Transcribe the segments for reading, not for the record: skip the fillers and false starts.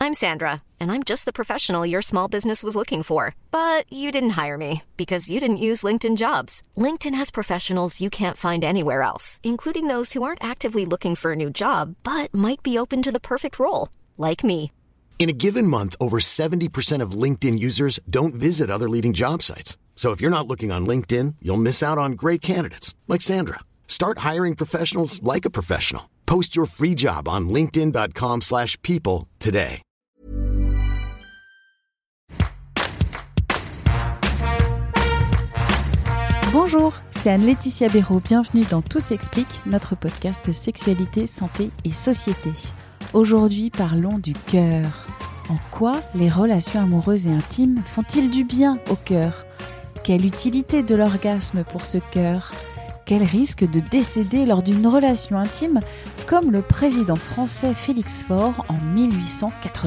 I'm Sandra, and I'm just the professional your small business was looking for. But you didn't hire me because you didn't use LinkedIn Jobs. LinkedIn has professionals you can't find anywhere else, including those who aren't actively looking for a new job, but might be open to the perfect role, like me. In a given month, over 70% of LinkedIn users don't visit other leading job sites. So if you're not looking on LinkedIn, you'll miss out on great candidates like Sandra. Start hiring professionals like a professional. Post your free job on linkedin.com/people today. Bonjour, c'est Anne-Laetitia Béraud. Bienvenue dans Tout s'explique, notre podcast Sexualité, Santé et Société. Aujourd'hui, parlons du cœur. En quoi les relations amoureuses et intimes font-ils du bien au cœur ? Quelle utilité de l'orgasme pour ce cœur ? Quel risque de décéder lors d'une relation intime, comme le président français Félix Faure en 1899 ?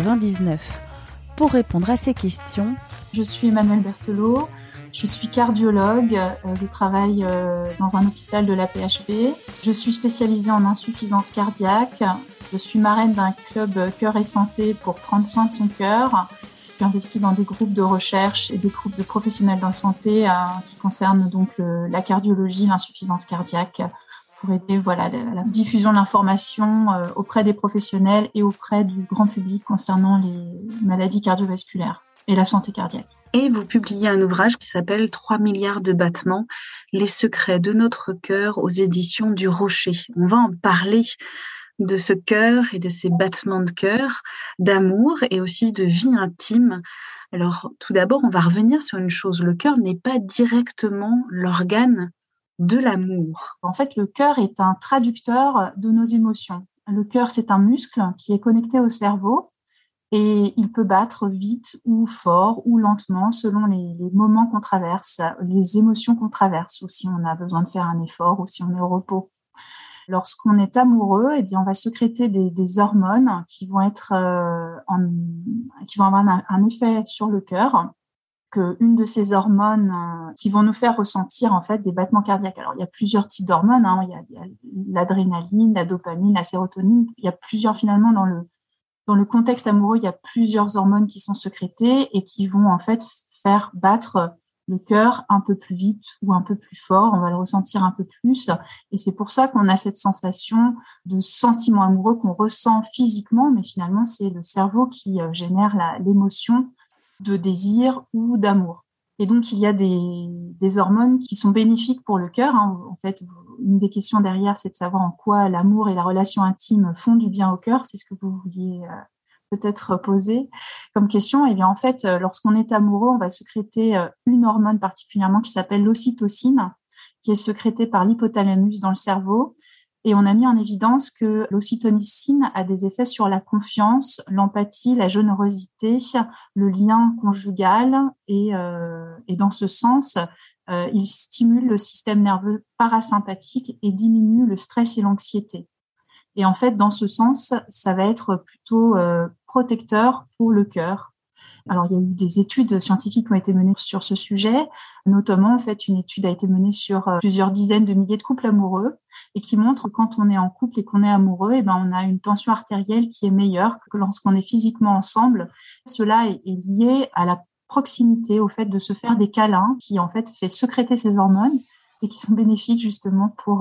Pour répondre à ces questions, je suis Emmanuelle Berthelot, je suis cardiologue, je travaille dans un hôpital de la PHP, je suis spécialisée en insuffisance cardiaque, je suis marraine d'un club Cœur et Santé pour prendre soin de son cœur. Je suis investie dans des groupes de recherche et des groupes de professionnels de la santé qui concernent donc la cardiologie, l'insuffisance cardiaque, pour aider la diffusion de l'information auprès des professionnels et auprès du grand public concernant les maladies cardiovasculaires et la santé cardiaque. Et vous publiez un ouvrage qui s'appelle 3 milliards de battements, les secrets de notre cœur aux éditions du Rocher. On va en parler de ce cœur et de ces battements de cœur, d'amour et aussi de vie intime. Alors, tout d'abord, on va revenir sur une chose. Le cœur n'est pas directement l'organe de l'amour. En fait, le cœur est un traducteur de nos émotions. Le cœur, c'est un muscle qui est connecté au cerveau et il peut battre vite ou fort ou lentement selon les moments qu'on traverse, les émotions qu'on traverse, ou si on a besoin de faire un effort ou si on est au repos. Lorsqu'on est amoureux, eh bien, on va sécréter des hormones qui vont avoir un effet sur le cœur. Une de ces hormones qui vont nous faire ressentir en fait des battements cardiaques. Alors il y a plusieurs types d'hormones. Il y a l'adrénaline, la dopamine, la sérotonine. Il y a plusieurs finalement dans le contexte amoureux, il y a plusieurs hormones qui sont sécrétées et qui vont en fait faire battre le cœur un peu plus vite ou un peu plus fort, on va le ressentir un peu plus. Et c'est pour ça qu'on a cette sensation de sentiment amoureux qu'on ressent physiquement, mais finalement, c'est le cerveau qui génère l'émotion de désir ou d'amour. Et donc, il y a des hormones qui sont bénéfiques pour le cœur. En fait, une des questions derrière, c'est de savoir en quoi l'amour et la relation intime font du bien au cœur. C'est ce que vous vouliez peut-être poser comme question. Et bien en fait, lorsqu'on est amoureux, on va sécréter une hormone particulièrement qui s'appelle l'ocytocine, qui est sécrétée par l'hypothalamus dans le cerveau. Et on a mis en évidence que l'ocytocine a des effets sur la confiance, l'empathie, la générosité, le lien conjugal. Et dans ce sens, il stimule le système nerveux parasympathique et diminue le stress et l'anxiété. Et en fait, dans ce sens, ça va être plutôt protecteur pour le cœur. Alors, il y a eu des études scientifiques qui ont été menées sur ce sujet. Notamment, en fait, une étude a été menée sur plusieurs dizaines de milliers de couples amoureux et qui montre que quand on est en couple et qu'on est amoureux, on a une tension artérielle qui est meilleure que lorsqu'on est physiquement ensemble. Cela est lié à la proximité, au fait de se faire des câlins qui, en fait, fait sécréter ces hormones et qui sont bénéfiques justement pour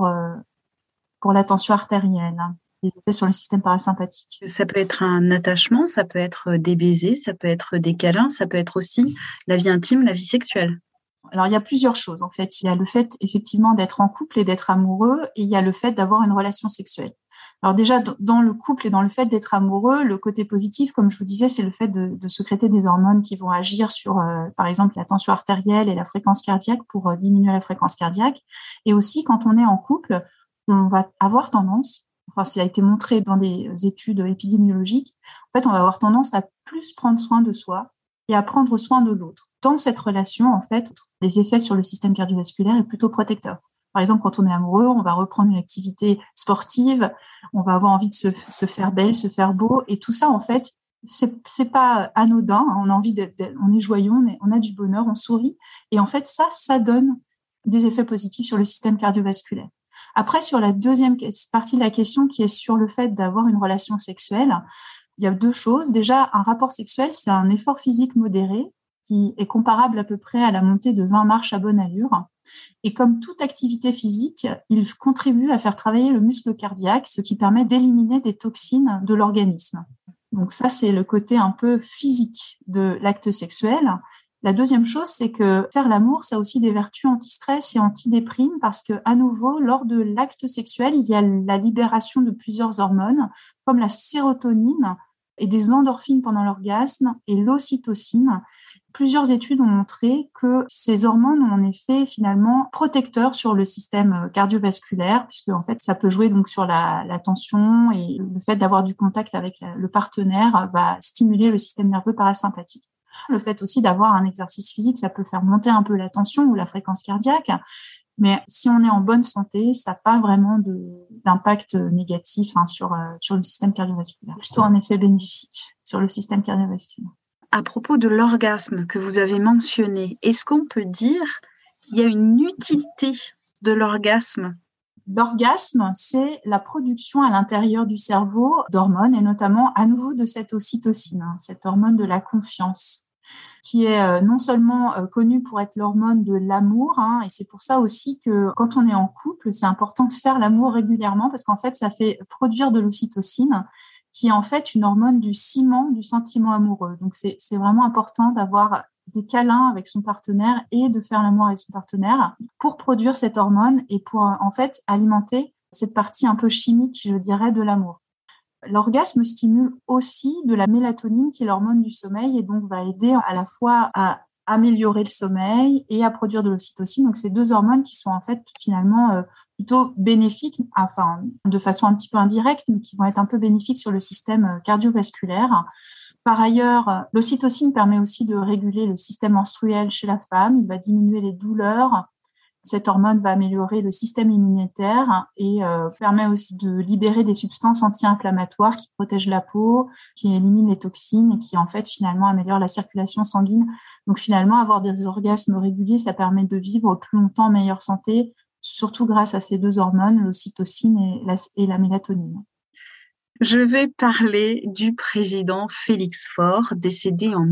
la tension artérielle. Des effets sur le système parasympathique. Ça peut être un attachement, ça peut être des baisers, ça peut être des câlins, ça peut être aussi la vie intime, la vie sexuelle. Alors, il y a plusieurs choses, en fait. Il y a le fait, effectivement, d'être en couple et d'être amoureux, et il y a le fait d'avoir une relation sexuelle. Alors déjà, dans le couple et dans le fait d'être amoureux, le côté positif, comme je vous disais, c'est le fait de sécréter des hormones qui vont agir sur, par exemple, la tension artérielle et la fréquence cardiaque pour diminuer la fréquence cardiaque. Et aussi, quand on est en couple, on va avoir tendance, ça a été montré dans des études épidémiologiques, en fait, on va avoir tendance à plus prendre soin de soi et à prendre soin de l'autre. Dans cette relation, en fait, les effets sur le système cardiovasculaire est plutôt protecteur. Par exemple, quand on est amoureux, on va reprendre une activité sportive, on va avoir envie de se faire belle, se faire beau, et tout ça, en fait, c'est pas anodin. On a envie on est joyeux, on a du bonheur, on sourit, et en fait, ça donne des effets positifs sur le système cardiovasculaire. Après, sur la deuxième partie de la question, qui est sur le fait d'avoir une relation sexuelle, il y a deux choses. Déjà, un rapport sexuel, c'est un effort physique modéré qui est comparable à peu près à la montée de 20 marches à bonne allure. Et comme toute activité physique, il contribue à faire travailler le muscle cardiaque, ce qui permet d'éliminer des toxines de l'organisme. Donc ça, c'est le côté un peu physique de l'acte sexuel. La deuxième chose, c'est que faire l'amour, ça a aussi des vertus anti-stress et anti-déprime parce que, à nouveau, lors de l'acte sexuel, il y a la libération de plusieurs hormones, comme la sérotonine et des endorphines pendant l'orgasme et l'ocytocine. Plusieurs études ont montré que ces hormones ont un effet finalement protecteur sur le système cardiovasculaire, puisque en fait ça peut jouer donc sur la tension, et le fait d'avoir du contact avec le partenaire va stimuler le système nerveux parasympathique. Le fait aussi d'avoir un exercice physique, ça peut faire monter un peu la tension ou la fréquence cardiaque, mais si on est en bonne santé, ça n'a pas vraiment d'impact négatif sur le système cardiovasculaire. Plutôt un effet bénéfique sur le système cardiovasculaire. À propos de l'orgasme que vous avez mentionné, est-ce qu'on peut dire qu'il y a une utilité de l'orgasme ? L'orgasme, c'est la production à l'intérieur du cerveau d'hormones, et notamment à nouveau de cette ocytocine, cette hormone de la confiance, qui est non seulement connue pour être l'hormone de l'amour, et c'est pour ça aussi que quand on est en couple, c'est important de faire l'amour régulièrement, parce qu'en fait, ça fait produire de l'ocytocine, qui est en fait une hormone du ciment du sentiment amoureux. Donc, c'est vraiment important d'avoir des câlins avec son partenaire et de faire l'amour avec son partenaire pour produire cette hormone et pour, en fait, alimenter cette partie un peu chimique, je dirais, de l'amour. L'orgasme stimule aussi de la mélatonine, qui est l'hormone du sommeil, et donc va aider à la fois à améliorer le sommeil et à produire de l'ocytocine. Donc, c'est deux hormones qui sont en fait finalement plutôt bénéfiques, enfin de façon un petit peu indirecte, mais qui vont être un peu bénéfiques sur le système cardiovasculaire. Par ailleurs, l'ocytocine permet aussi de réguler le système menstruel chez la femme. Il va diminuer les douleurs. Cette hormone va améliorer le système immunitaire et permet aussi de libérer des substances anti-inflammatoires qui protègent la peau, qui éliminent les toxines et qui, en fait, finalement, améliorent la circulation sanguine. Donc, finalement, avoir des orgasmes réguliers, ça permet de vivre plus longtemps en meilleure santé, surtout grâce à ces deux hormones, l'ocytocine et la mélatonine. Je vais parler du président Félix Faure, décédé en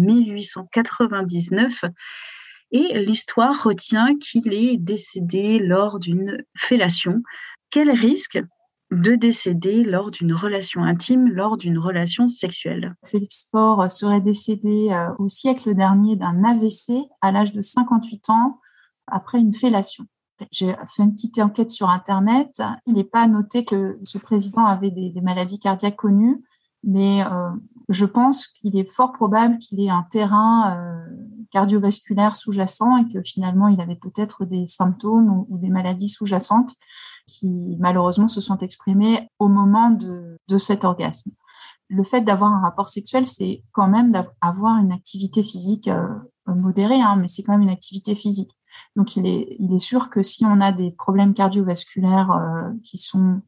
1899. Et l'histoire retient qu'il est décédé lors d'une fellation. Quel risque de décéder lors d'une relation intime, lors d'une relation sexuelle ? Félix Faure serait décédé au siècle dernier d'un AVC à l'âge de 58 ans après une fellation. J'ai fait une petite enquête sur Internet. Il n'est pas noté que ce président avait des maladies cardiaques connues, mais je pense qu'il est fort probable qu'il ait un terrain cardiovasculaire sous-jacent et que finalement, il avait peut-être des symptômes ou des maladies sous-jacentes qui malheureusement se sont exprimées au moment de cet orgasme. Le fait d'avoir un rapport sexuel, c'est quand même d'avoir une activité physique modérée, mais c'est quand même une activité physique. Donc, il est sûr que si on a des problèmes cardiovasculaires qui sont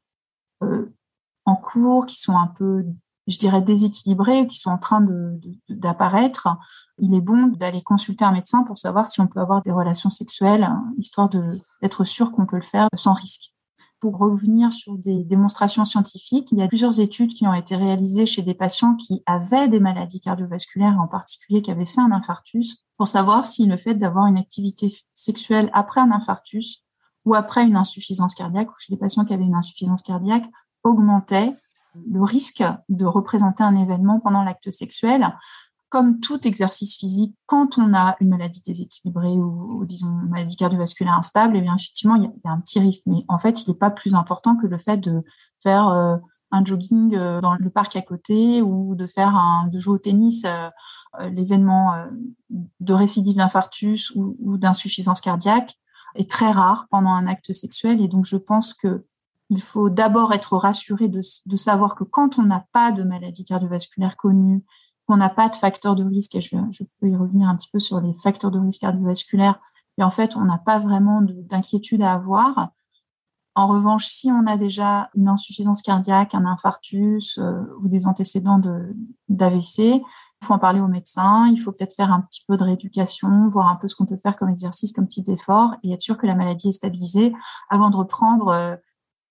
en cours, qui sont un peu, je dirais, déséquilibrés, ou qui sont en train d'apparaître, il est bon d'aller consulter un médecin pour savoir si on peut avoir des relations sexuelles, histoire d'être sûr qu'on peut le faire sans risque. Pour revenir sur des démonstrations scientifiques, il y a plusieurs études qui ont été réalisées chez des patients qui avaient des maladies cardiovasculaires, en particulier qui avaient fait un infarctus, pour savoir si le fait d'avoir une activité sexuelle après un infarctus ou après une insuffisance cardiaque, ou chez les patients qui avaient une insuffisance cardiaque, augmentait le risque de représenter un événement pendant l'acte sexuel. Comme tout exercice physique, quand on a une maladie déséquilibrée ou disons une maladie cardiovasculaire instable, eh bien effectivement, il y a un petit risque. Mais en fait, il n'est pas plus important que le fait de faire un jogging dans le parc à côté ou de jouer au tennis. L'événement de récidive d'infarctus ou d'insuffisance cardiaque est très rare pendant un acte sexuel. Et donc, je pense qu'il faut d'abord être rassuré de savoir que quand on n'a pas de maladie cardiovasculaire connue, qu'on n'a pas de facteurs de risque, et je peux y revenir un petit peu sur les facteurs de risque cardiovasculaires, et en fait, on n'a pas vraiment d'inquiétude à avoir. En revanche, si on a déjà une insuffisance cardiaque, un infarctus ou des antécédents d'AVC, il faut en parler au médecin, il faut peut-être faire un petit peu de rééducation, voir un peu ce qu'on peut faire comme exercice, comme type d'effort, et être sûr que la maladie est stabilisée avant de reprendre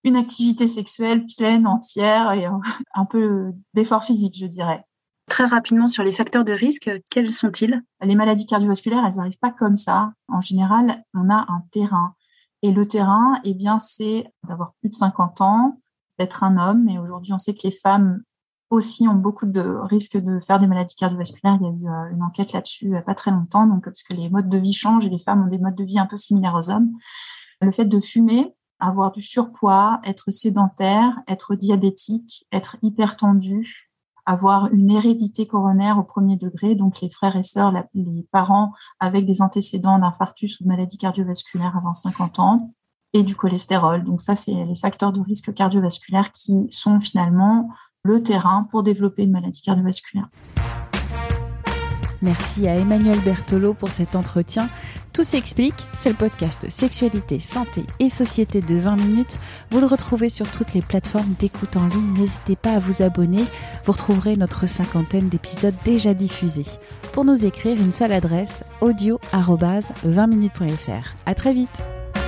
une activité sexuelle pleine, entière et un peu d'effort physique, je dirais. Très rapidement, sur les facteurs de risque, quels sont-ils? Les maladies cardiovasculaires, elles n'arrivent pas comme ça. En général, on a un terrain. Et le terrain, eh bien, c'est d'avoir plus de 50 ans, d'être un homme. Mais aujourd'hui, on sait que les femmes aussi ont beaucoup de risques de faire des maladies cardiovasculaires. Il y a eu une enquête là-dessus il n'y a pas très longtemps, donc, parce que les modes de vie changent et les femmes ont des modes de vie un peu similaires aux hommes. Le fait de fumer, avoir du surpoids, être sédentaire, être diabétique, être hypertendu, avoir une hérédité coronaire au premier degré, donc les frères et sœurs, les parents avec des antécédents d'infarctus ou de maladies cardiovasculaires avant 50 ans, et du cholestérol. Donc ça, c'est les facteurs de risque cardiovasculaire qui sont finalement le terrain pour développer une maladie cardiovasculaire. Merci à Emmanuelle Berthelot pour cet entretien. Tout s'explique, c'est le podcast Sexualité, Santé et Société de 20 minutes. Vous le retrouvez sur toutes les plateformes d'écoute en ligne. N'hésitez pas à vous abonner. Vous retrouverez notre 50aine d'épisodes déjà diffusés. Pour nous écrire, une seule adresse, audio@20minutes.fr. À très vite.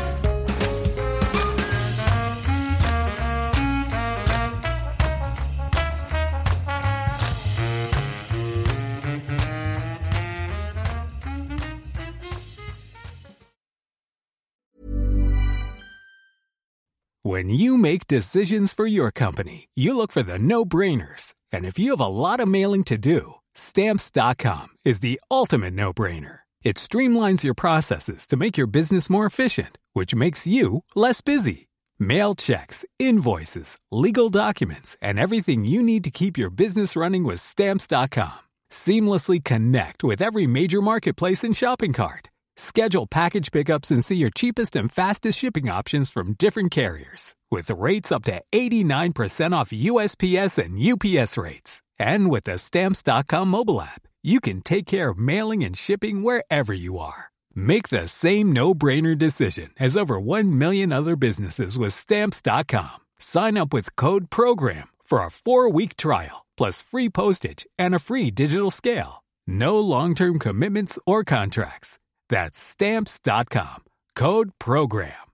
When you make decisions for your company, you look for the no-brainers. And if you have a lot of mailing to do, Stamps.com is the ultimate no-brainer. It streamlines your processes to make your business more efficient, which makes you less busy. Mail checks, invoices, legal documents, and everything you need to keep your business running with Stamps.com. Seamlessly connect with every major marketplace and shopping cart. Schedule package pickups and see your cheapest and fastest shipping options from different carriers. With rates up to 89% off USPS and UPS rates. And with the Stamps.com mobile app, you can take care of mailing and shipping wherever you are. Make the same no-brainer decision as over 1 million other businesses with Stamps.com. Sign up with code PROGRAM for a 4-week trial, plus free postage and a free digital scale. No long-term commitments or contracts. That's Stamps.com. Code PROGRAM.